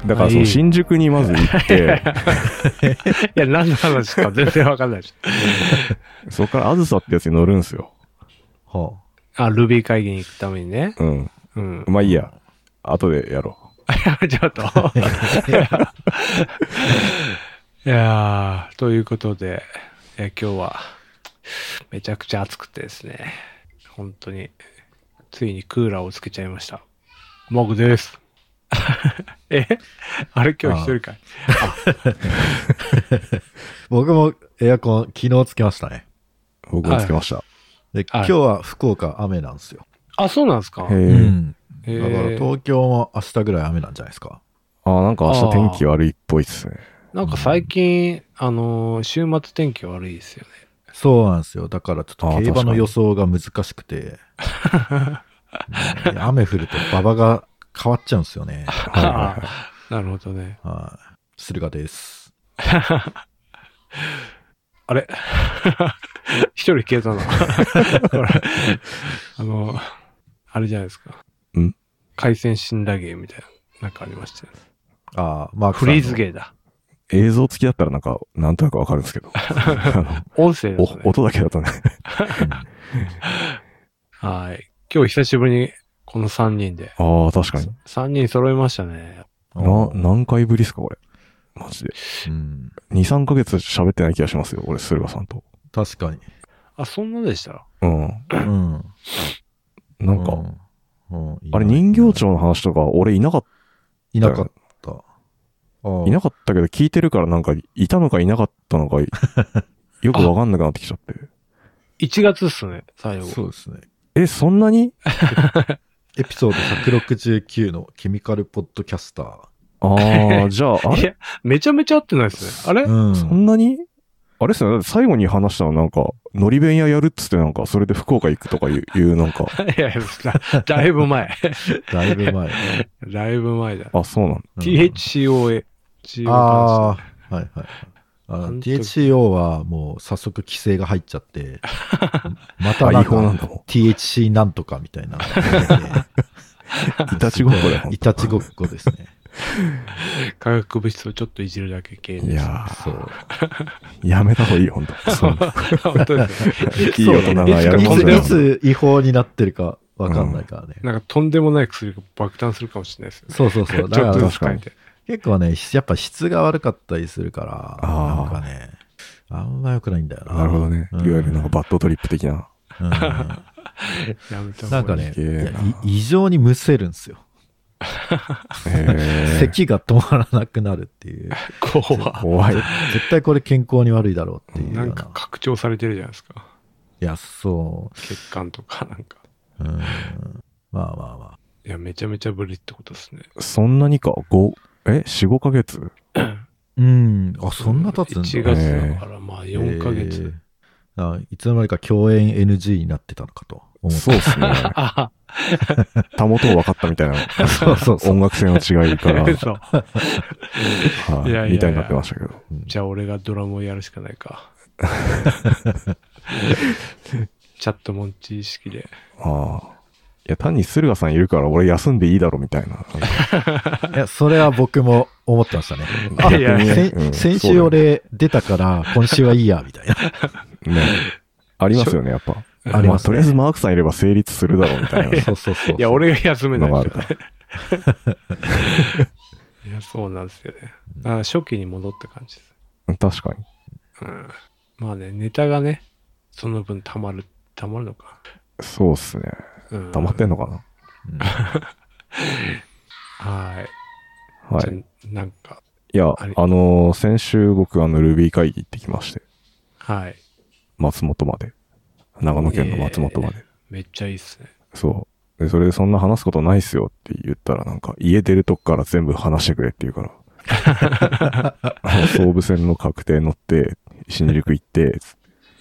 だからその新宿にまず行って、 いや、何の話か全然わかんないし。 そこからあずさってやつに乗るんすよ。 はあ、ルビー会議に行くためにね。 うん。 うん。 まあいいや。後でやろちょっと。いやー、ということで、今日はめちゃくちゃ暑くてですね。本当に、ついにクーラーをつけちゃいました。モグです。あれ今日一人かい。 僕もエアコン昨日つけましたね。 僕もつけました。 で、今日は福岡雨なんですよ。 あ、そうなんですか。 へー。 だから東京も明日ぐらい雨なんじゃないですか。 なんか明日天気悪いっぽいっすね。 なんか最近、週末天気悪いですよね。 そうなんですよ。だからちょっと競馬の予想が難しくて、雨降ると馬場が変わっちゃうんですよね。 なるほどね。 はい。駿河です。 あれ一人消えたな。ほらあれじゃないですか。海鮮死んだ芸みたいな、なんかありましたよね。 まあ、 フリーズ芸だ。 映像付きだったらなんか、なんとなくわかるんですけど。 音声だとね。 音だけだとね。 はい。今日久しぶりにこの3人で。 確かに。 3人揃いましたね。 何回ぶりっすか、これ。マジで。2、3ヶ月喋ってない気がしますよ、俺、駿河さんと。 確かに。 あ、そんなでした？ なんか、あれ人形町の話とか俺いなかった。 いなかった。 いなかったけど聞いてるからなんかいたのかいなかったのかよくわかんなくなってきちゃって。 1月っすね、最後。 そうですね。 そんなにエピソード169のケミカルポッドキャスター。じゃあ、あれいや、めちゃめちゃ合ってないっすね。あれ、 そんなにあれっすね。だって最後に話したのなんか、のり弁屋やるっつってなんか、それで福岡行くとかいうなんか。 いや、だいぶ前。 だいぶ前。 だいぶ前だ。 そうなんだ。 THCOA。 はいはい。THCO はもう早速規制が入っちゃって、またなんか THC なんとかみたいな。 いたちごっこだよ。 いたちごっこですね。 化学物質をちょっといじるだけ系です。 いやそう。やめた方がいいよ、本当。 本当ですね。 いい大人がやるもんじゃない。 いつ違法になってるかわかんないからね。 なんかとんでもない薬が爆弾するかもしれないですよね。 そうそうそう。 だから確かに。 結構ね、やっぱ質が悪かったりするから、なんかね、あんま良くないんだよな。 なるほどね。いわゆるなんかバッドトリップ的な。 なんかね、異常にむせるんですよ。咳が止まらなくなるっていう。 怖い。 絶対これ健康に悪いだろうっていう。 なんか拡張されてるじゃないですか。 いや、そう。 血管とかなんか。 まあ。 いや、めちゃめちゃぶりってことですね。 そんなにか、4、5ヶ月そんな経つんだ。 1月だからまあ4ヶ月。 いつの間にか共演 NG になってたのかと思って。 そうですね。たもとを分かったみたいな。 そう音楽性の違いから。 そう。 みたいになってましたけど。 じゃあ俺がドラムをやるしかないか。チャットモンチ意識で。 いや、単に駿河さんいるから俺休んでいいだろみたいな。 いや、それは僕も思ってましたね。先週俺出たから今週はいいや、みたいな。 ね。ありますよね、やっぱ。 あります。 とりあえずマークさんいれば成立するだろうみたいな。 そう。 いや、俺が休めないから。いや、そうなんですよね。初期に戻った感じです。 確かに。 まあね、ネタがね、その分溜まるのか。 そうっすね。溜まってんのかな。 はい。なんか。 いや、先週僕ルビー会議行ってきまして。 はい。 松本まで。長野県の松本まで。 めっちゃいいっすね。 そう。で、それでそんな話すことないっすよって言ったらなんか家出るとこから全部話してくれって言うから。総武線の確定乗って、新宿行って、つって。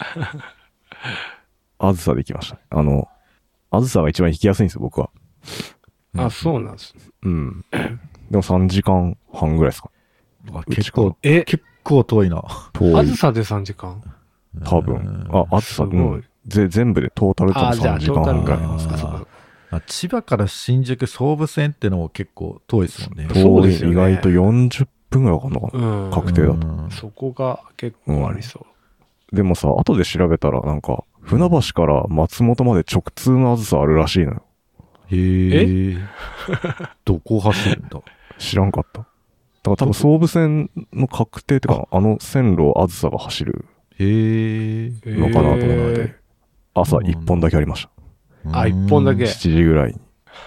あずさで行きましたね。あずさが一番行きやすいんですよ、僕は。 そうなんですね。 でも3時間半ぐらいですか。 結構遠いな。 あずさで3時間多分。あずさ、全部でトータルで3時間半ぐらいなんですか。 千葉から新宿総武線ってのも結構遠いですもんね。 そうですよね意外と40分ぐらいかかるのかな、 うん。 確定だと。 そこが結構ありそう。 でもさ、後で調べたらなんか、船橋から松本まで直通のあずさあるらしいのよ。 へえ。どこ走るんだ。 知らんかった。だから多分総武線の確定ってか、あの線路をあずさが走るへえ。 のかなと思ってへて、朝1本だけありました。 あ一本だけ 7時ぐらいに。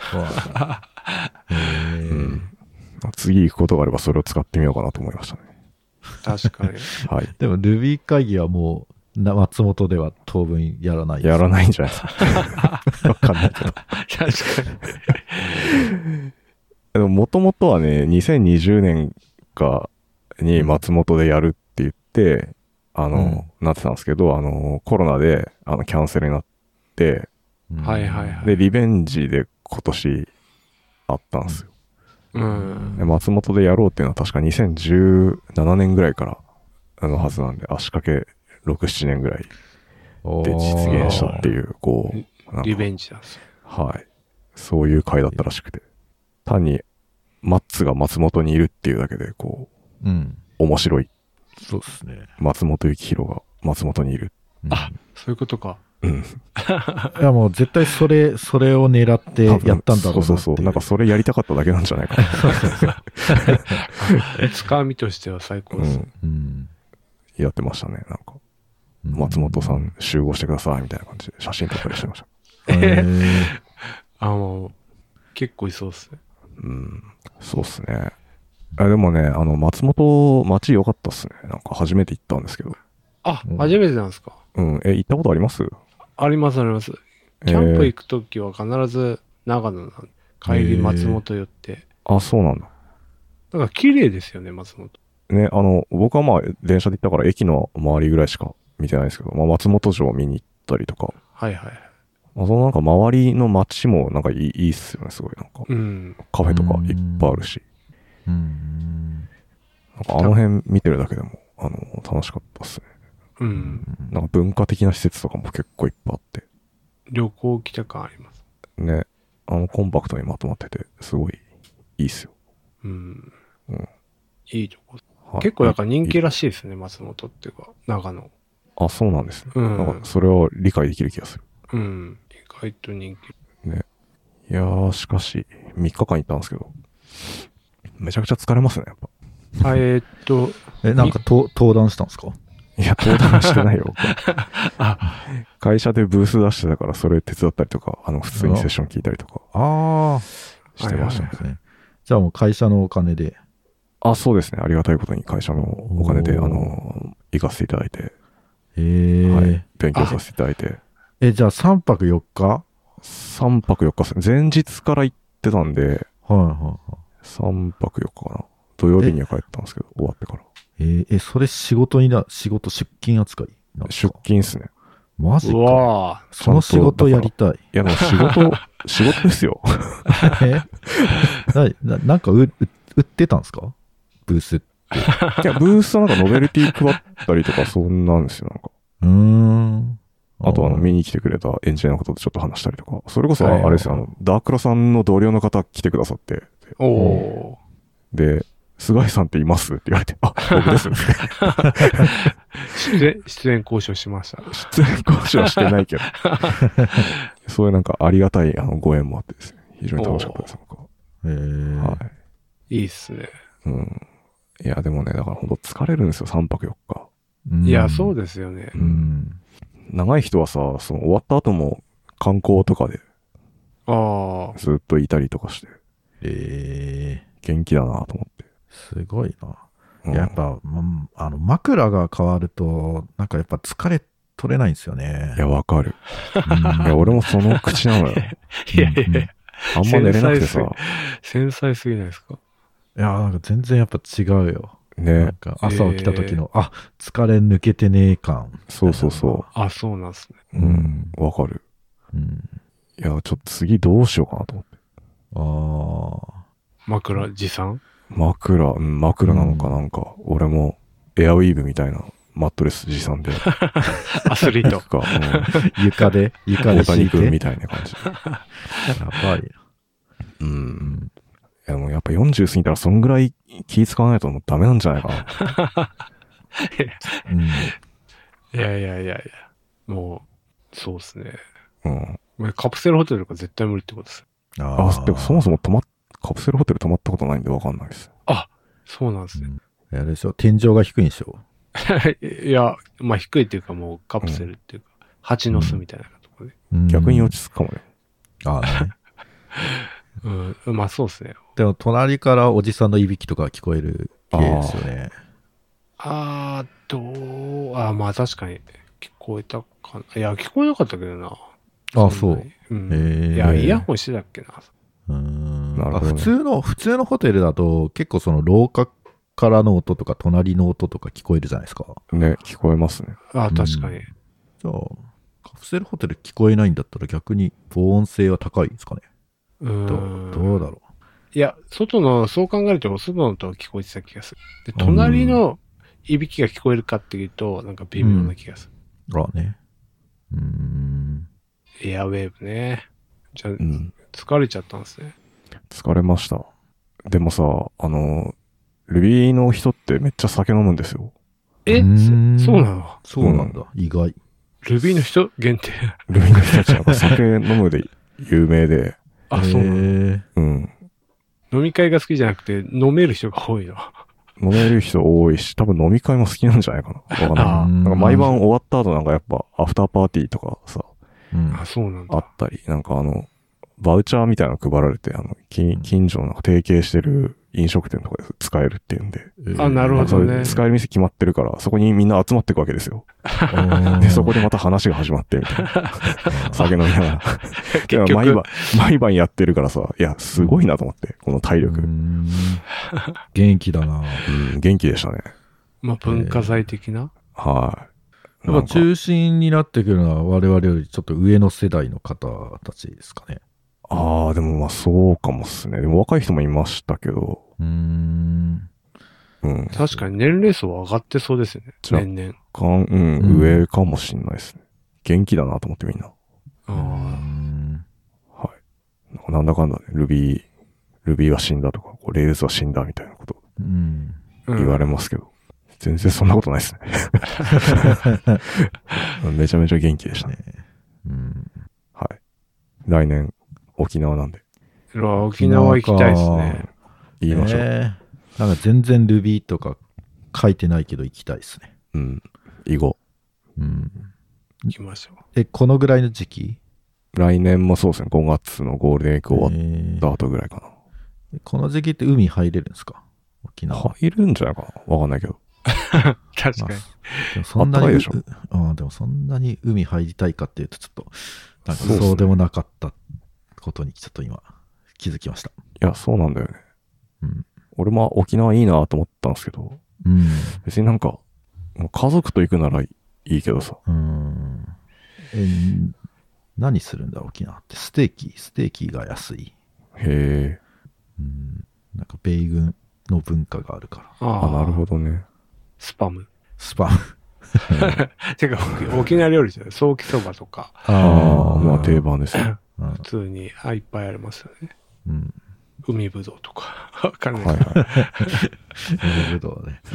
へえ。 次行くことがあればそれを使ってみようかなと思いましたね。 確かに。 はい。 でも Ruby 会議はもう松本では当分やらないです。 やらないんじゃないですか。わかんないけど。 確かに。 でももともとはね、2020年かに松本でやるって言って、なってたんですけど、コロナで、キャンセルになって、 うんはいはいはい。 で、リベンジで今年あったんですよ。 うん。 で松本でやろうっていうのは確か2017年ぐらいからのはずなんで、足掛け6、7年ぐらいで実現したっていう、こう、なんかリベンジなんですよ。 はい。そういう回だったらしくて。単に、マッツが松本にいるっていうだけで、こう、 うん。 面白い。 そうですね。 松本幸宏が松本にいる。 うんあ、そういうことか。 うん。 いやもう絶対それを狙ってやったんだろうなっていう。 そうそうそう。なんかそれやりたかっただけなんじゃないかな。 つかみとしては最高です。 うん。 やってましたね。なんか、松本さん集合してくださいみたいな感じで写真撮ったりしてました。 もう、結構いそうっすね。 うん。そうっすね。でもね、松本街良かったっすね。なんか初めて行ったんですけど。 あ、初めてなんですか？ うん。行ったことあります？ ありますあります。キャンプ行くときは必ず長野なんで、帰り松本寄って。 あ、そうなんだ。 なんか綺麗ですよね、松本。 ね、僕はまあ、電車で行ったから駅の周りぐらいしか見てないですけど、まあ、松本城見に行ったりとか、 はいはい。 まあ、そのなんか周りの街もなんかいいっすよね、すごい。なんか、 うん。 カフェとかいっぱいあるし、 うん。 なんかあの辺見てるだけでも、楽しかったっすね。 うん。 なんか文化的な施設とかも結構いっぱいあって、 旅行来た感あります。 ね、コンパクトにまとまってて、すごいいいっすよ。 うん。 うんいいとこ。 はい結構だから人気らしいですね、松本っていうか、長野。 あ、そうなんですね。 うんなんかそれを理解できる気がする。 うん。意外と人気。 ね。いやー、しかし、3日間行ったんですけど、めちゃくちゃ疲れますね、やっぱ。 なんか登壇したんですか？ いや、登壇してないよ。 あ、 会社でブース出してたから、それ手伝ったりとか、普通にセッション聞いたりとかああ。 してましたね。 ですね。じゃあもう会社のお金で。 あ、そうですね。ありがたいことに会社のお金で、 おー行かせていただいて、 へえ、 はい。勉強させていただいて。 じゃあ3泊4日？はい 3泊4日っすね。前日から行ってたんで、 はい。 3泊4日かな。土曜日には帰ったんですけど、終わってから。 それ仕事出勤扱いなんです出か？ 勤っすね。 うマジか。 わぁ。 その仕事やりたい。 いや、でも仕事ですよ。 なんか売ってたんですか？ブース。 いや、ブースはなんかノベルティ配ったりとか、そんなんですよ。なんか。あと見に来てくれたエンジニアの方とちょっと話したりとか。それこそ、あれですよ、ダークラさんの同僚の方来てくださって。 おで、菅井さんっていますって言われて、あ、僕です。 出演交渉しました。 出演交渉はしてないけど。そういうなんかありがたいご縁もあってですね。非常に楽しかったです。 いいっすね。 うん。いや、でもね、だから本当疲れるんですよ、3泊4日。 いや、そうですよね。 長い人はさ、その終わった後も観光とかでずっといたりとかして、元気だなと思って。 すごいな。やっぱ、枕が変わると、なんかやっぱ疲れ取れないんですよね。 いや、わかる。いや、俺もその口なのよ。 いやいや、 あんま寝れなくてさ。 繊細すぎないですか？ いや、なんか全然やっぱ違うよ。 ね。 なんか朝起きた時の、疲れ抜けてねえ感。 そうそうそう。 あ、そうなんすね。 わかる。いや、ちょっと次どうしようかなと思って。 枕持参？ 枕なのかなんか、俺もエアウィーヴみたいなマットレス持参で。 アスリート。 か、 床で大谷敷いて。 君みたいな感じ。 やばい。 うん。いや、もうやっぱ40過ぎたらそんぐらい気使わないともうダメなんじゃないかな。 うん。 いや。もう、そうですね。 うん。 カプセルホテルが絶対無理ってことです。 でもそもそもカプセルホテル泊まったことないんでわかんないです。 あ、そうなんですね。 あれでしょ、天井が低いんでしょ。 いや、まあ低いっていうかもうカプセルっていうか、蜂の巣みたいなところで。 逆に落ち着くかもね。 ああね。 まあそうですね。 でも隣からおじさんのいびきとか聞こえる系ですよね。 まあ確かに聞こえたかな。いや、聞こえなかったけどな。 あ、そう。 いや、イヤホンしてたっけな。 なるほどね。 普通のホテルだと結構その廊下からの音とか隣の音とか聞こえるじゃないですか。 ね、聞こえますね。 あ、確かに。 じゃあ、カプセルホテル聞こえないんだったら逆に防音性は高いんですかね。どうだろう。 いや、そう考えると外の音は聞こえてた気がする。で、隣のいびきが聞こえるかっていうと、なんか微妙な気がする。 あね。 エアウェーブね。じゃあ、疲れちゃったんですね。 疲れました。でもさ、ルビーの人ってめっちゃ酒飲むんですよ。 そうなの？ そうなんだ。意外。 ルビーの人限定。 ルビーの人たちは酒飲むで有名で。 あ、そうなの？ うん。 飲み会が好きじゃなくて飲める人が多いの。 飲める人多いし、多分飲み会も好きなんじゃないかな。わかんない。なんか毎晩終わった後なんかやっぱアフターパーティーとかさ、 そうなんだ。 あったり、なんかバウチャーみたいなの配られて、近所の提携してる飲食店とかで使えるっていうんで。 なるほどね。 使える店決まってるから、そこにみんな集まっていくわけですよ。で、そこでまた話が始まって、みたいな。酒飲みながら。結局毎晩やってるからさ、いや、すごいなと思って、この体力。 元気だな。 元気でしたね。 まあ、文化財的な？ はい。 やっぱ中心になってくるのは我々よりちょっと上の世代の方たちですかね。 でもまあそうかもっすね。でも若い人もいましたけど。 確かに年齢層は上がってそうですよね。年々。 上かもしんないですね。元気だなと思ってみんな。はい。なんだかんだね、ルビーは死んだとか、レールズは死んだみたいなこと言われますけど。全然そんなことないですね。めちゃめちゃ元気でしたね。はい。来年、沖縄なんで。 沖縄行きたいですね。 言いましょう。 なんか全然ルビーとか書いてないけど行きたいですね。 以後。 行きましょう。 このぐらいの時期？ 来年もそうですね。5月のゴールデンウィーク終わった後ぐらいかな。 この時期って海入れるんですか？沖縄。 入るんじゃないかな？わかんないけど。 確かに。 でもそんなに、でもそんなに海入りたいかっていうとちょっと、なんかそうでもなかったことにちょっと今気づきました。 いや、そうなんだよね。俺も沖縄いいなと思ったんですけど、別になんか、家族と行くならいいけどさ。 何するんだ沖縄って。ステーキが安い。 へえ。 なんか米軍の文化があるから。 なるほどね。 スパム。 てか、沖縄料理じゃない。ソーキそばとか。 まあ定番ですね。 普通に、いっぱいありますよね。海ぶどうとか。わかんない。 海ぶどうね。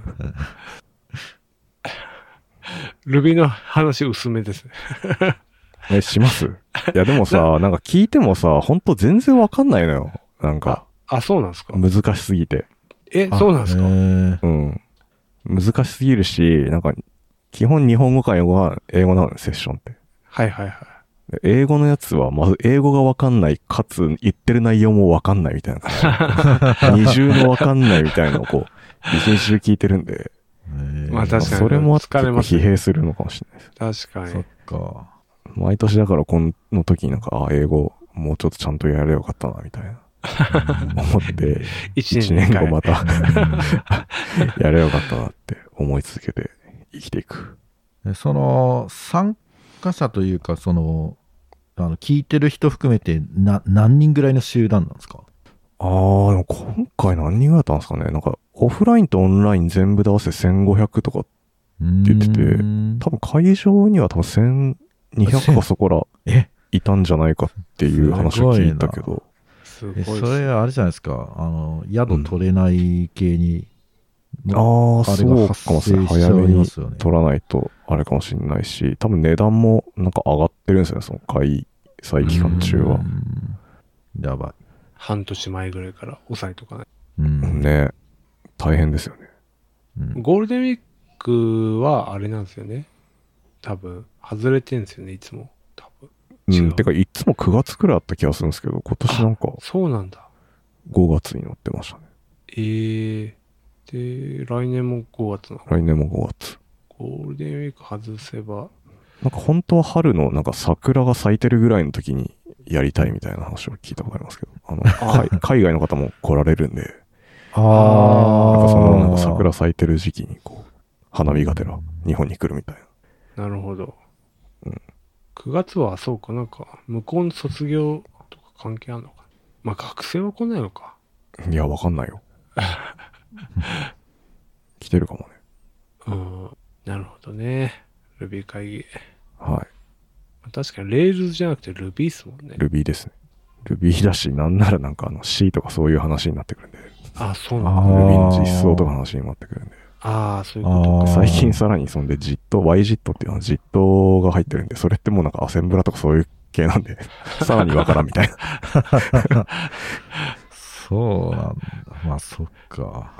ルビーの話薄めですね。 します？いやでもさ、なんか聞いてもさ、ほんと全然わかんないのよ。なんか。 そうなんですか？ 難しすぎて。 そうなんですか？ 難しすぎるし、なんか、基本日本語か英語なのよ、セッションって。英語のやつは、まず英語がわかんない、かつ言ってる内容もわかんないみたいな。二重のわかんないみたいなのを一日中聞いてるんで。 まあ確かに。 それもあって疲弊するのかもしれないです。確かに。 そっか。 毎年だからこの時になんか、英語もうちょっとちゃんとやればよかったな、みたいな。思って、1年後またやればよかったなって思い続けて生きていく。 その参加者というか、その聞いてる人含めて何人ぐらいの集団なんですか？ でも今回何人ぐらいだったんですかね。なんかオフラインとオンライン全部で合わせて1500とか言ってて、多分会場には多分1200かそこらいたんじゃないかっていう話を聞いたけど。 すごい。 それあれじゃないですか、宿取れない系に、 ああ、そうかもしれない。早めに取取らないとあれかもしれないし、多分値段もなんか上がってるんですよね、その開催期間中は。 やばい。 半年前ぐらいから抑えとかない。 ね、大変ですよね。 ゴールデンウィークはあれなんですよね。多分、外れてんですよね、いつも。多分。 てか、いつも9月くらいあった気がするんですけど、今年なんか、 そうなんだ。 5月に乗ってましたね。 で、来年も5月なの？ 来年も5月。 ゴールデンウィーク外せば。 なんか本当は春のなんか桜が咲いてるぐらいの時にやりたいみたいな話を聞いたことありますけど、海外の方も来られるんで、なんかそのなんか桜咲いてる時期にこう、花火がてら日本に来るみたいな。なるほど。9月はそうかなんか、向こうの卒業とか関係あるのかな。まあ学生は来ないのか。 いや、わかんないよ。来てるかもね。 なるほどね。Ruby 会議。 はい。 確かに Rails じゃなくて Ruby っすもんね。 Ruby ですね。Ruby だし、なんならなんかC とかそういう話になってくるんで。 あ、そうなんだ。 Ruby の実装とか話になってくるんで。 ああ、そういうことか。 最近さらにそんでYJIT っていうのはJITが入ってるんで、それってもうなんかアセンブラとかそういう系なんで、さらにわからんみたいな。 そうなんだ。まあ、そっか。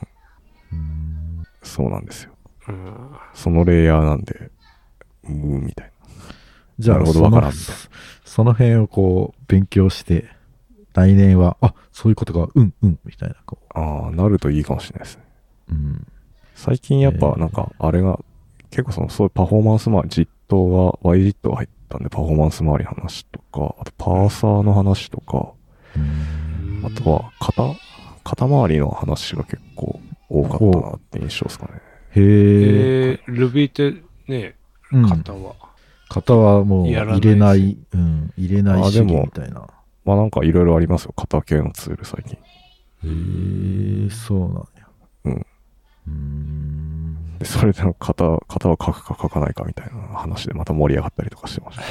そうなんですよ。そのレイヤーなんで、みたいな。 じゃあ、なるほどわからんみたいな。その辺をこう、勉強して、来年は、そういうことが、みたいな。 なるといいかもしれないですね。最近やっぱなんか、あれが、結構そういうパフォーマンスYJIT が入ったんで、パフォーマンス周りの話とか、あとパーサーの話とか、あとは肩周りの話が結構多かったなって印象ですかね。 Ruby ってね、 型はもう入れない主義みたいな。 まあなんかいろいろありますよ、型系のツール最近。 そうなんや。 で、それで型は書くか書かないかみたいな話でまた盛り上がったりとかしてました。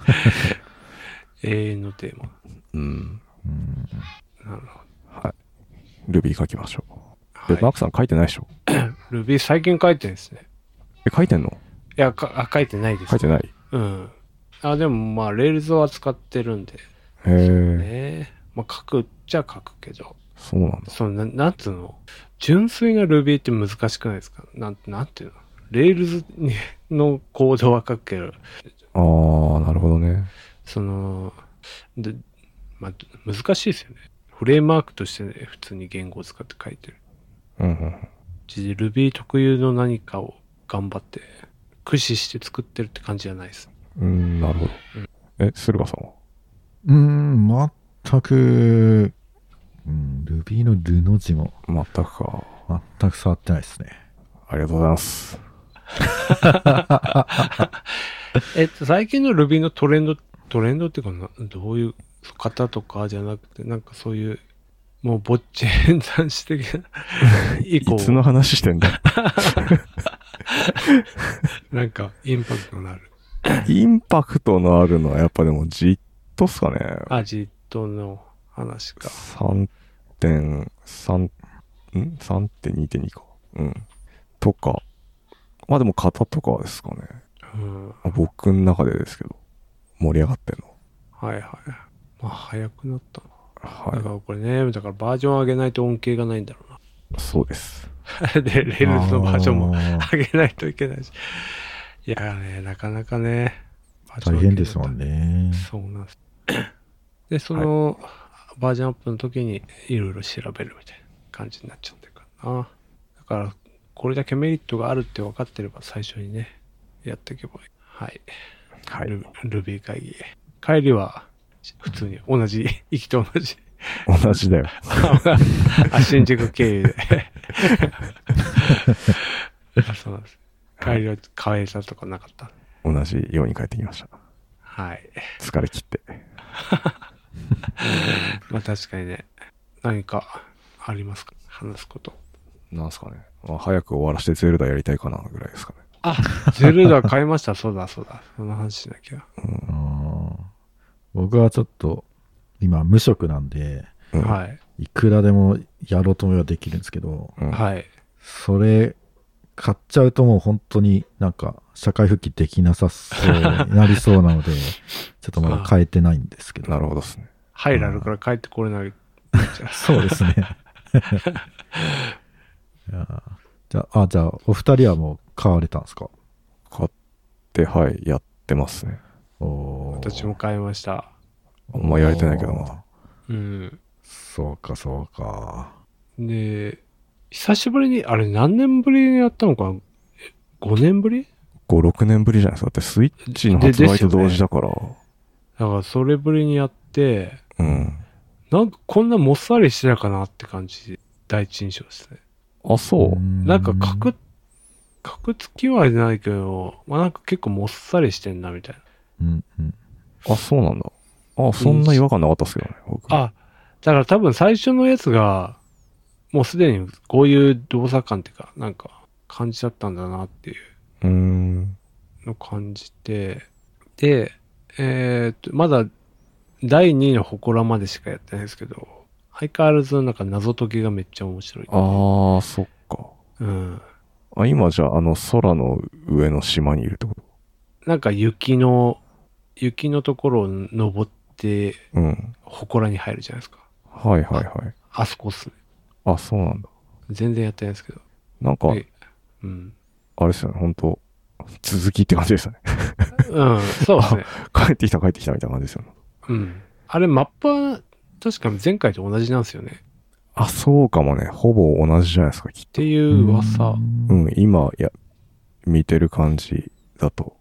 永遠のテーマ。なるほど。はい。Ruby 書きましょう。マークさん書いてないでしょ？ Ruby 最近書いてるんですね。 書いてんの？ いや、書いてないです。 書いてない？ でもまあ、Rails は使ってるんで。まあ、書くっちゃ書くけど。 そうなんだ。 なんつうの？純粋な Ruby って難しくないですか？なんていうの？ Rails のコードは書くけど。 なるほどね。 まあ、難しいですよね。フレームワークとして、ね、普通に言語を使って書いてる。Ruby 特有の何かを頑張って駆使して作ってるって感じじゃないです。 なるほど。駿河さんは？全く、Ruby のルの字も。 全くか。 全く触ってないですね。 ありがとうございます。 最近の Ruby のトレンドっていうかな、どういう方とかじゃなくて、なんかそういう、もうぼっち変算子的ないつの話してんだなんかインパクトのある。 インパクトのあるのはやっぱでもJITっすかね。 JITの話か。 3.2.2 か。とか。まあでも型とかですかね。僕の中でですけど、盛り上がってんの。 はい。まあ早くなったな。だからこれね、だからバージョン上げないと恩恵がないんだろうな。 そうです。 で、Rails のバージョンも上げないといけないし。いやね、なかなかね。 大変ですもんね。 そうなんです。で、その、バージョンアップの時にいろいろ調べるみたいな感じになっちゃってるからな。だから、これだけメリットがあるって分かってれば最初にね、やっていけばいい。はい。Ruby 会議。帰りは、普通に同じ、行きと同じ。 同じだよ。 新宿経由で。そうなんです。帰りは川江さんとかなかった。 同じように帰ってきました。 はい。 疲れ切って。 まあ確かにね、何かありますか？話すこと。 なんすかね。まあ、早く終わらせてゼルダやりたいかな、ぐらいですかね。 あ、ゼルダ買いました。そうだ。その話しなきゃ。 僕はちょっと、今、無職なんで、 はい。 いくらでもやろうと思えばできるんですけど、 はい。 それ、買っちゃうともう本当になんか、社会復帰できなさそうになりそうなので、ちょっとまだ変えてないんですけど。 なるほどですね。 ハイラルから帰ってこれない。 そうですね。じゃあ、お二人はもう買われたんですか？ 買って、はい、やってますね。 私も買いました。 あんまやれてないけど、まだ。 うん。 そうか。 で、久しぶりに、あれ何年ぶりにやったのかな ?5 年ぶり ?5、6年ぶりじゃないですか。だってスイッチの発売と同時だから。 だからそれぶりにやって、 うん。 なんかこんなもっさりしてたかなって感じ、第一印象ですね。 あ、そうなんか格付きはないけど、まあなんか結構もっさりしてんなみたいな。 あ、そうなんだ。あ、そんな違和感なかったっすけどね、僕。 あ、だから多分最初のやつが、もうすでにこういう動作感っていうか、なんか感じだったんだなっていうの感じて、で、まだ第2位の祠までしかやってないですけど、相変わらずなんか謎解きがめっちゃ面白い。 ああ、そっか。 うん。 あ、今じゃあ空の上の島にいるってこと？ なんか雪のところを登って、祠に入るじゃないですか。 はい。 あそこっすね。 あ、そうなんだ。 全然やってないですけど。 なんか、あれですよね、ほんと、続きって感じでしたね。 そうですね。 帰ってきたみたいな感じですよね。 あれ、マップは、確か前回と同じなんですよね。 あ、そうかもね。ほぼ同じじゃないですか、きっと。 っていう噂。 今、見てる感じだと。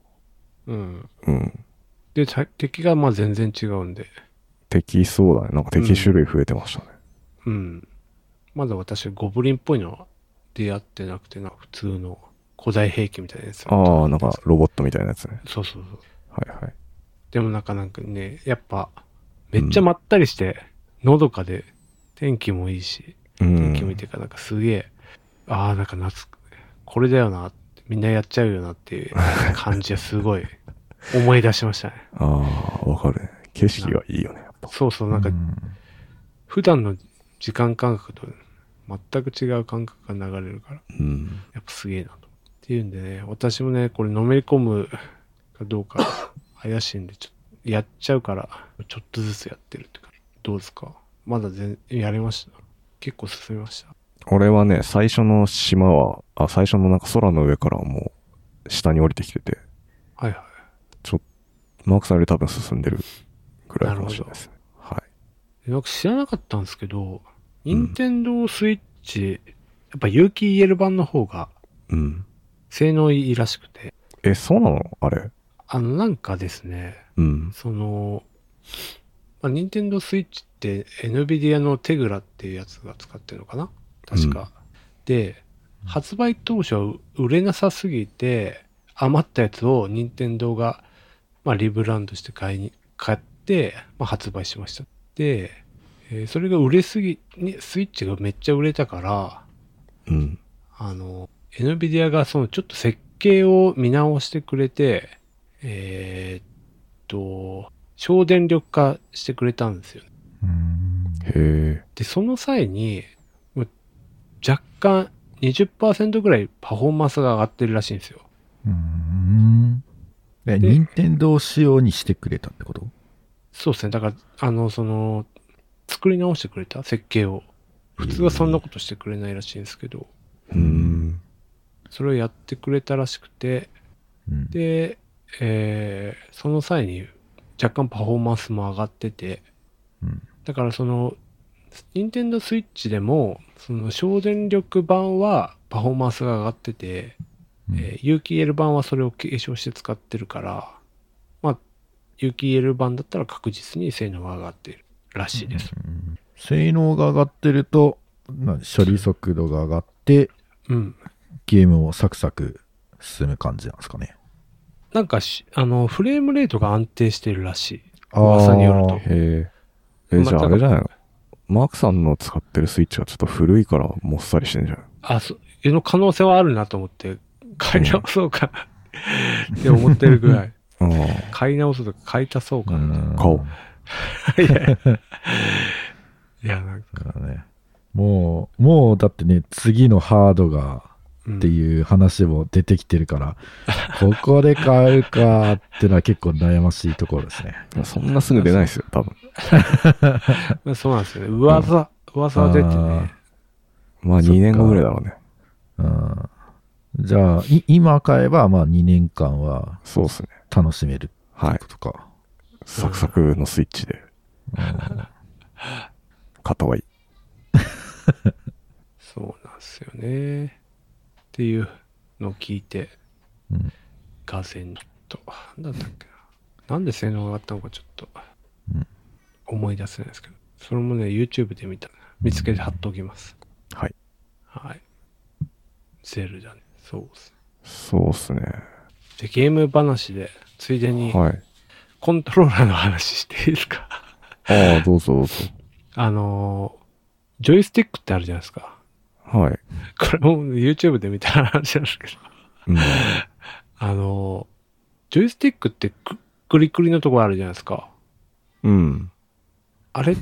で、敵がまあ全然違うんで。 敵そうだね。なんか敵種類増えてましたね。 まだ私、ゴブリンっぽいのは出会ってなくてな、普通の古代兵器みたいなやつ。 ああ、なんかロボットみたいなやつね。 そう。 はい。 でもなんかね、やっぱ、めっちゃまったりして、のどかで、天気もいいし、天気もいいっていうか、なんかすげえ、なんかこれだよな、みんなやっちゃうよなっていう感じはすごい思い出しましたね。 わかるね。景色がいいよね、やっぱ。 そう、なんか、普段の時間感覚と全く違う感覚が流れるから、やっぱすげえなと。っていうんでね、私もね、これのめり込むかどうか怪しいんで、ちょっとやっちゃうから、ちょっとずつやってるって感じ。どうですか？まだやりました？結構進みました？ 俺はね、最初の島は、最初のなんか空の上からもう下に降りてきてて、 はい。 マークさんより多分進んでるぐらいかもしれないですね。はい。 なんか知らなかったんですけど、任天堂スイッチ、やっぱ有機 EL 版の方が、性能いいらしくて。 そうなの？あれ。 なんかですね、任天堂スイッチって NVIDIA のテグラっていうやつが使ってるのかな？確か。で、発売当初は売れなさすぎて、余ったやつを任天堂が、リブランドして買って、発売しました。で、それが売れすぎに、スイッチがめっちゃ売れたから、NVIDIA がちょっと設計を見直してくれて、省電力化してくれたんですよね。で、その際に、若干 20% ぐらいパフォーマンスが上がってるらしいんですよ。 任天堂仕様にしてくれたってこと？ そうですね。だから、作り直してくれた設計を。普通はそんなことしてくれないらしいんですけど。それをやってくれたらしくて、で、その際に若干パフォーマンスも上がってて、だから任天堂スイッチでも、省電力版はパフォーマンスが上がってて、有機 EL 版はそれを継承して使ってるから、有機 EL 版だったら確実に性能が上がっているらしいです。 性能が上がってると、処理速度が上がって、ゲームもサクサク進む感じなんですかね。 なんかフレームレートが安定しているらしい。噂によると。 じゃああれじゃないの？ マークさんの使ってるスイッチがちょっと古いからもっさりしてんじゃん。 の可能性はあるなと思って、買い直そうかなって思ってるぐらい。買い直すとか買い足そうかな。 買おう。 いや、なんかね。もうだってね、次のハードが、っていう話も出てきてるから、ここで買うかってのは結構悩ましいところですね。 そんなすぐ出ないですよ、多分。 そうなんですよね。噂は出てね。 まあ2年後ぐらいだろうね。 じゃあ、今買えば、まあ2年間は、 そうですね。 楽しめるってことか。 はい。サクサクのスイッチで。買った方がいい。 そうなんですよね。っていうのを聞いて、がぜんと、なんだったっけな。なんで性能が上がったのかちょっと、思い出せないですけど、それもね、YouTube で見つけて貼っておきます。 はい。 はい。ゼルダね。そうっす。 そうっすね。 で、ゲーム話で、ついでに、コントローラーの話していいですか？ ああ、どうぞどうぞ。 ジョイスティックってあるじゃないですか。 はい。 これも YouTube で見た話なんですけど。ジョイスティックってクリクリのところあるじゃないですか。あれって、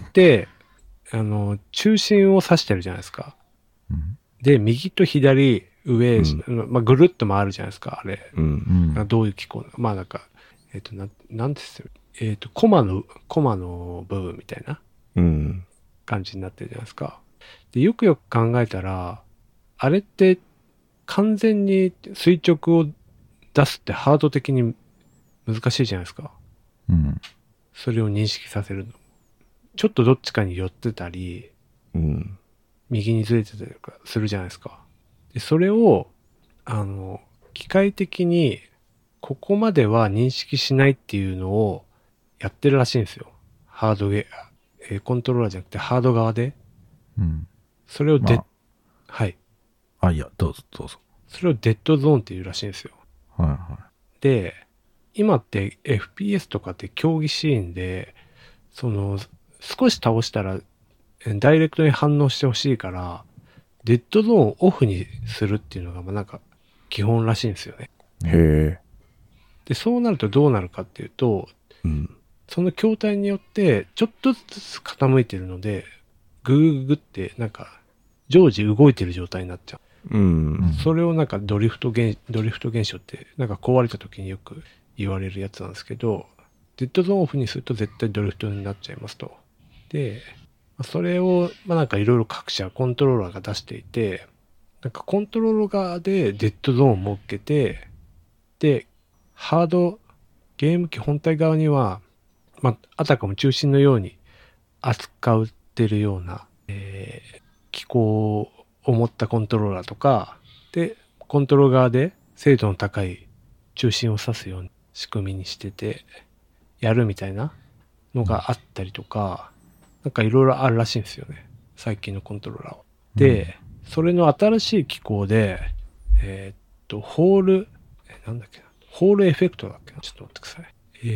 中心を指してるじゃないですか。で、右と左、上、まあ、ぐるっと回るじゃないですか、あれ。どういう機構まあなんか、なんですよ。コマの部分みたいな感じになってるじゃないですか。で、よくよく考えたら、あれって完全に垂直を出すってハード的に難しいじゃないですか。それを認識させるの。ちょっとどっちかに寄ってたり、右にずれてたりとかするじゃないですか。で、それを、機械的にここまでは認識しないっていうのをやってるらしいんですよ。ハードコントローラーじゃなくてハード側で。それをはい。 いや、どうぞ。 それをデッドゾーンっていうらしいんですよ。で、今って FPS とかって競技シーンで、少し倒したらダイレクトに反応してほしいから、デッドゾーンをオフにするっていうのが、なんか基本らしいんですよね。 へえ。 で、そうなるとどうなるかっていうと、その筐体によってちょっとずつ傾いてるので、グーグってなんか常時動いてる状態になっちゃう。それをなんかドリフト現象ってなんか壊れた時によく言われるやつなんですけど、デッドゾーンオフにすると絶対ドリフトになっちゃいますと。で、それをなんかいろいろ各社コントローラーが出していて、なんかコントローラー側でデッドゾーンを設けて、で、ゲーム機本体側には、あたかも中心のように扱ってるような、機構を持ったコントローラーとか、で、コントローラー側で精度の高い中心を指すような仕組みにしてて、やるみたいなのがあったりとか、なんかいろいろあるらしいんですよね。最近のコントローラーは。で、それの新しい機構で、ホールエフェクトだっけな、ちょっと待ってください。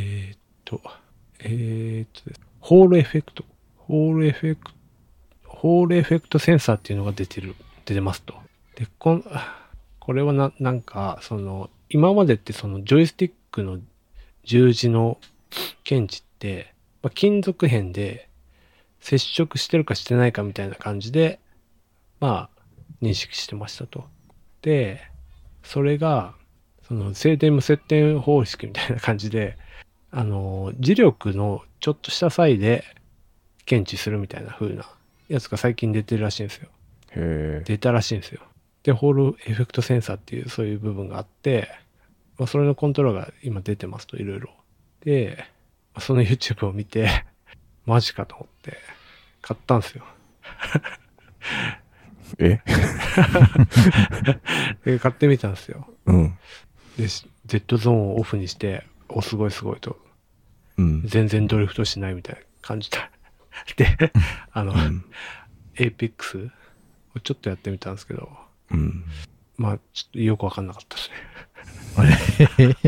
ホールエフェクトセンサーっていうのが出てますと。で、これはなんか、今までってジョイスティックの十字の検知って、金属片で接触してるかしてないかみたいな感じで、認識してましたと。で、それが、静電無接点方式みたいな感じで、磁力のちょっとした差異で検知するみたいな風なやつが最近出てるらしいんですよ。出たらしいんですよ。で、ホールエフェクトセンサーっていうそういう部分があって、それのコントローラーが今出てますと、いろいろ。で、その YouTube を見て、マジかと思って、買ったんですよ。で買ってみたんですよ。で、デッドゾーンをオフにして、すごいと。全然ドリフトしないみたいな感じで。で、エイペックスをちょっとやってみたんですけど、ちょっとよくわかんなかったですね。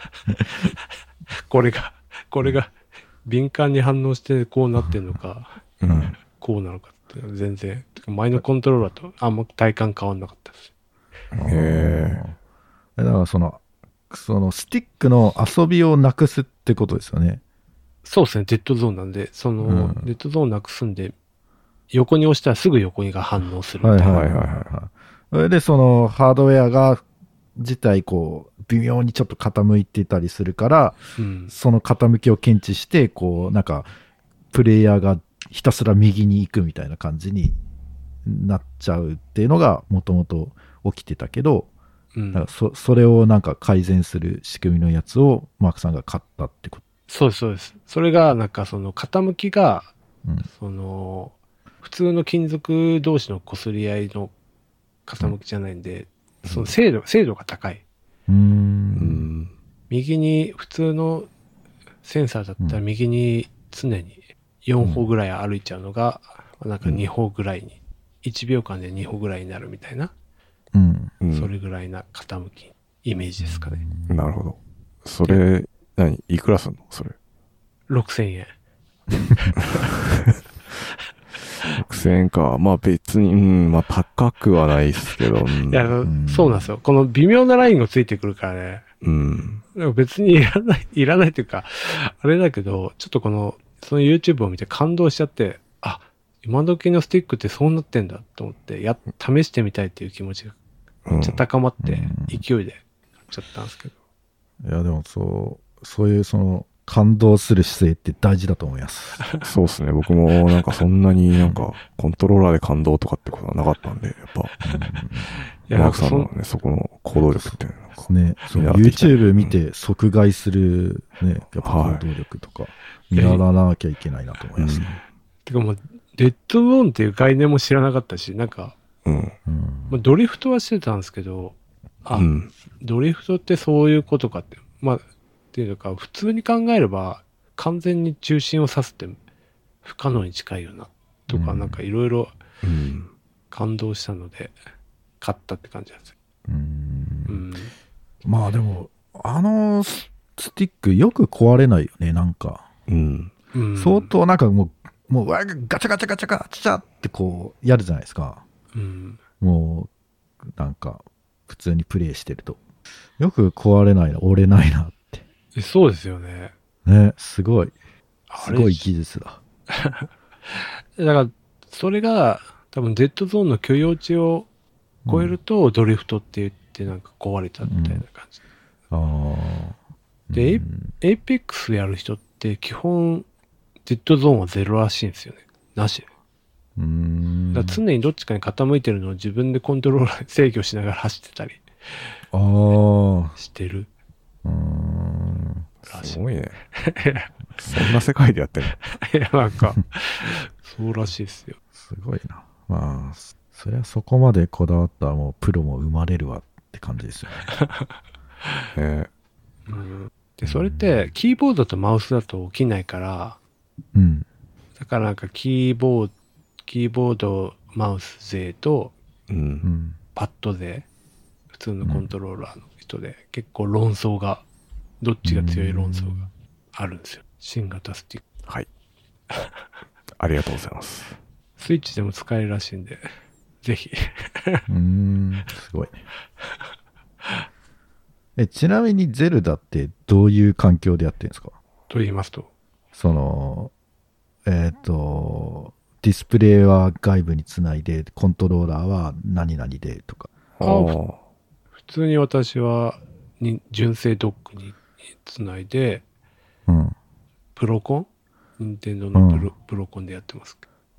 これが敏感に反応してこうなってんのか、 こうなのかっていうのは全然、前のコントローラーとあんま体感変わんなかったです。 だからそのスティックの遊びをなくすってことですよね。 そうですね、デッドゾーンなんで、デッドゾーンなくすんで、横に押したらすぐ横にが反応するみたいな。 それでそのハードウェアが自体こう微妙にちょっと傾いてたりするから、その傾きを検知してこうなんかプレイヤーがひたすら右に行くみたいな感じになっちゃうっていうのがもともと起きてたけど、だからそれをなんか改善する仕組みのやつをマークさんが買ったってこと。 そうですそうです。それがなんかその傾きが、その普通の金属同士の擦り合いの傾きじゃないんで、その精度が高い。右に普通のセンサーだったら右に常に4歩ぐらい歩いちゃうのが、なんか2歩ぐらいに、1秒間で2歩ぐらいになるみたいな、それぐらいな傾き、イメージですかね。 なるほど。それ、いくらすんのそれ。 6000円。 6000円か。まあ別に、まあ高くはないですけど。 いや、そうなんですよ。この微妙なラインがついてくるからね。でも別にいらないというか、あれだけど、ちょっとその YouTube を見て感動しちゃって、あ、今時のスティックってそうなってんだと思って、試してみたいっていう気持ちがめっちゃ高まって、勢いで買っちゃったんですけど。 いや、でもそういうその、感動する姿勢って大事だと思います。 そうですね。僕もなんかそんなになんかコントローラーで感動とかってことはなかったんで、やっぱ、マークさんのね、そこの行動力っていうのね、YouTube 見て即買いするね、やっぱ行動力とか、見習わなきゃいけないなと思いますね。 てかもう、デッドゾーンっていう概念も知らなかったし、なんか、ドリフトはしてたんですけど、ドリフトってそういうことかって、まあ、っていうか、普通に考えれば、完全に中心を指すって不可能に近いよな、とか、なんかいろいろ感動したので、買ったって感じなんですよ。 まあでも、スティックよく壊れないよね、なんか。相当なんかもうガチャガチャガチャガチャってこう、やるじゃないですか。もう、なんか、普通にプレイしてると。よく壊れないな、折れないなって。 そうですよね。 ね、すごい技術だ。 だから、それが多分デッドゾーンの許容値を超えるとドリフトって言ってなんか壊れたみたいな感じ。で、エイペックスやる人って基本デッドゾーンはゼロらしいんですよね。なし。だから常にどっちかに傾いてるのを自分でコントローラー制御しながら走ってたりしてる。 すごいね。そんな世界でやってるの？いや、なんか、そうらしいですよ。 すごいな。まあ、そりゃそこまでこだわったらもうプロも生まれるわって感じですよね。 で、それってキーボードとマウスだと起きないから、だからなんかキーボード、マウス勢と、パッド勢、普通のコントローラーの人で結構論争が、どっちが強い論争があるんですよ。新型スティック。 はい。ありがとうございます。 スイッチでも使えるらしいんで、ぜひ。 すごいね。ちなみにゼルダってどういう環境でやってるんですか？ と言いますと。 ディスプレイは外部につないで、コントローラーは何々でとか。 普通に私は純正ドックにつないで、プロコン任天堂のプロコンでやってます。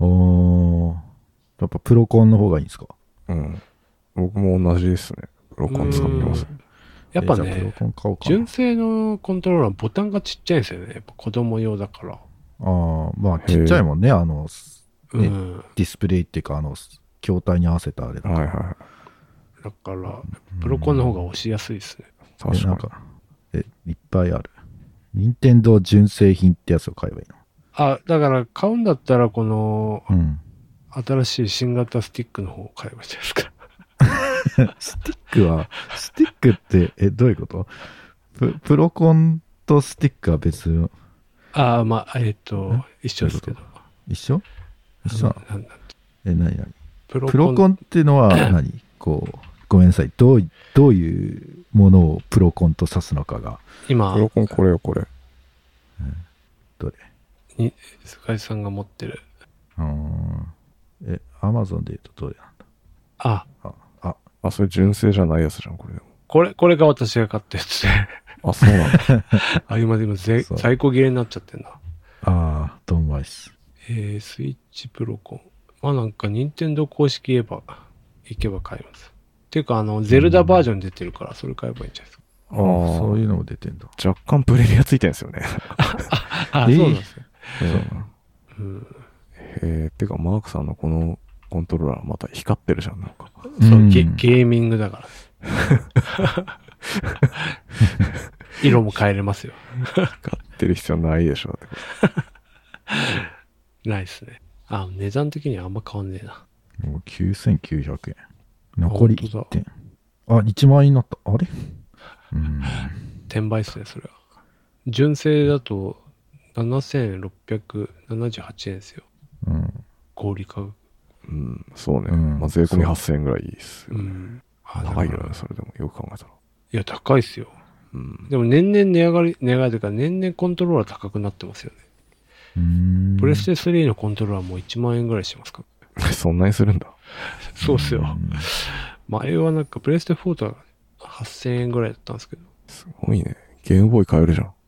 やっぱプロコンの方がいいんですか？ 僕も同じですね。プロコン使ってます。 やっぱね、純正のコントローラーボタンがちっちゃいんですよね。やっぱ子供用だから。 まあちっちゃいもんね。ディスプレイっていうか、筐体に合わせたあれだ。 だから、プロコンの方が押しやすいですね。 確かに。いっぱいある。任天堂純正品ってやつを買えばいいの？ だから買うんだったら、この、新しい新型スティックの方を買えばいいじゃないですか。 スティックって、どういうこと？プロコンとスティックは別？ まあ、一緒ですけど。 一緒？ 何プロコンっていうのは何こう、ごめんなさい。どういうものをプロコンと指すのかが。 今。プロコンこれよ、これ。 どれ菅井さんが持ってる。 アマゾンで言うとどれなんだそれ純正じゃないやつじゃん、これ。 これが私が買ったやつで。 そうなんだ。 今在庫切れになっちゃってんな。 ドンバイス。 スイッチプロコン。なんか、任天堂公式行けば買います。っていうか、ゼルダバージョン出てるから、それ買えばいいんじゃないですか。 そういうのも出てんだ。 若干プレミアついてるんですよね。 そうなんですよ。 ていうか、マークさんのこのコントローラーまた光ってるじゃん、なんか。 そう、ゲーミングだから。色も変えれますよ。 光ってる必要ないでしょ。 ないっすね。値段的にはあんま変わんねえな。 もう9900円。残り1点。1万円になった。あれ転売っすね、それは。純正だと7678円ですよ。小売価格。 そうね。税込み8000円ぐらいですよね。高いよね、それでもよく考えたら。 いや、高いっすよ。でも年々値上がりというか、年々コントローラー高くなってますよね。プレステ3のコントローラーも1万円ぐらいしますかそんなにするんだ。 そうっすよ。前はなんかプレステ4とは8000円ぐらいだったんですけど。 すごいね。ゲームボーイ買えるじゃん。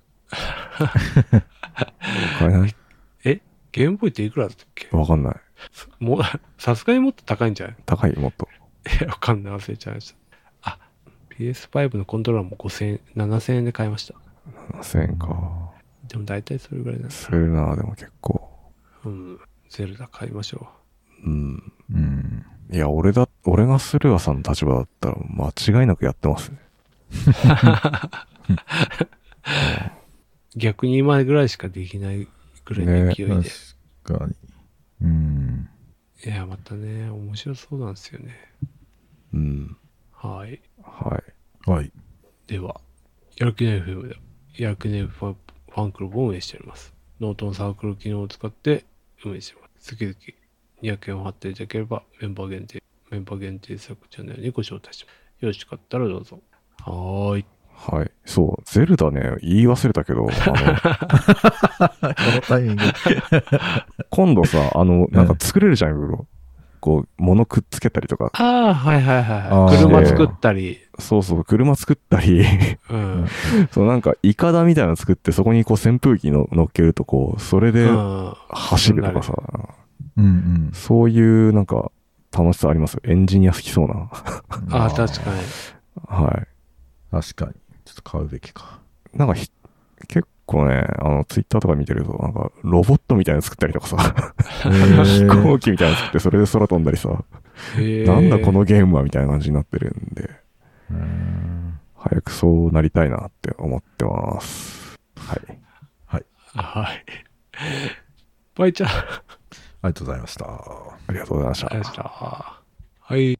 買えない？ ゲームボーイっていくらだったっけ？ わかんない。 さすがにもっと高いんじゃない？ 高い、もっと。 わかんない、忘れちゃいました。PS5 のコントローラーも7000円で買いました。 7000円か。 でも大体それぐらいなんするな、でも結構。 ゼルダ買いましょう。いや、俺がスルアさんの立場だったら間違いなくやってますね。 逆に今ぐらいしかできないぐらいの勢いで。 確かに。 いや、またね、面白そうなんですよね。はい。では、やる気ない FM では、やる気ない ファンクラブを運営しております。ノートのサークル機能を使って運営しております。月々200円を貼っていただければ、メンバー限定作チャンネルにご招待します。よろしかったらどうぞ。はい。 そう、ゼルダね、言い忘れたけど、このタイミング。 今度さ、なんか作れるじゃん、いろいろ。こう、物くっつけたりとか。 車作ったり。 そう、車作ったり。なんか、イカダみたいなの作って、そこにこう扇風機乗っけると、こう、それで走るとかさ。そういうなんか、楽しさありますよ。エンジニア好きそうな。 確かに。 確かに。ちょっと買うべきか。 なんか結構ね、ツイッターとか見てると、なんか、ロボットみたいなの作ったりとかさ、飛行機みたいなの作って、それで空飛んだりさ、なんだこのゲームはみたいな感じになってるんで、早くそうなりたいなって思ってます。 バイちゃん。 ありがとうございました。 ありがとうございました。 はい。